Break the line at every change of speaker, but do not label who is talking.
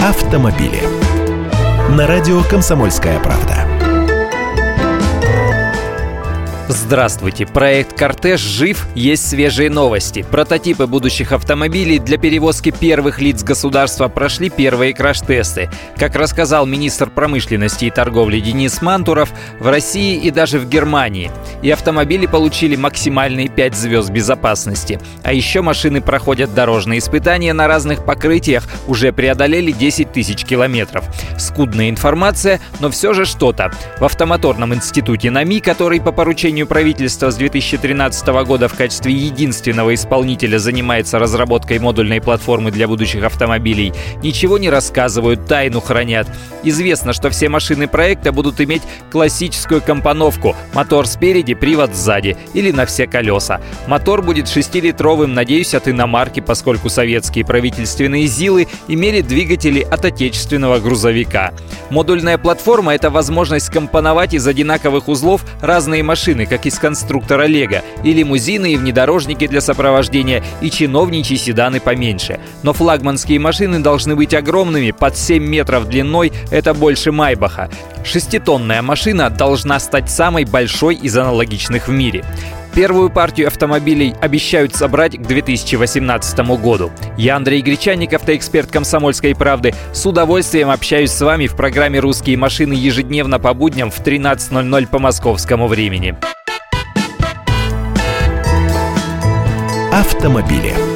автомобили. На радио «Комсомольская правда».
Здравствуйте! Проект «Кортеж» жив, есть свежие новости. Прототипы будущих автомобилей для перевозки первых лиц государства прошли первые краш-тесты. Как рассказал министр промышленности и торговли Денис Мантуров, в России и даже в Германии. И автомобили получили максимальные 5 звезд безопасности. А еще машины проходят дорожные испытания на разных покрытиях, уже преодолели 10 тысяч километров. Скудная информация, но все же что-то. В автомоторном институте НАМИ, который по поручению правительства с 2013 года в качестве единственного исполнителя занимается разработкой модульной платформы для будущих автомобилей, ничего не рассказывают, тайну хранят. Известно, что все машины проекта будут иметь классическую компоновку: мотор спереди, привод сзади или на все колеса. Мотор будет 6-литровым, надеюсь, от иномарки, поскольку советские правительственные ЗИЛы имели двигатели от отечественного грузовика. Модульная платформа — это возможность скомпоновать из одинаковых узлов разные машины, как из конструктора Лего, и лимузины, и внедорожники для сопровождения, и чиновничьи седаны поменьше. Но флагманские машины должны быть огромными, под 7 метров длиной, это больше Майбаха. 6-тонная машина должна стать самой большой из аналогичных в мире. Первую партию автомобилей обещают собрать к 2018 году. Я, Андрей Гречанник, автоэксперт «Комсомольской правды». С удовольствием общаюсь с вами в программе «Русские машины» ежедневно по будням в 13:00 по московскому времени.
Автомобили.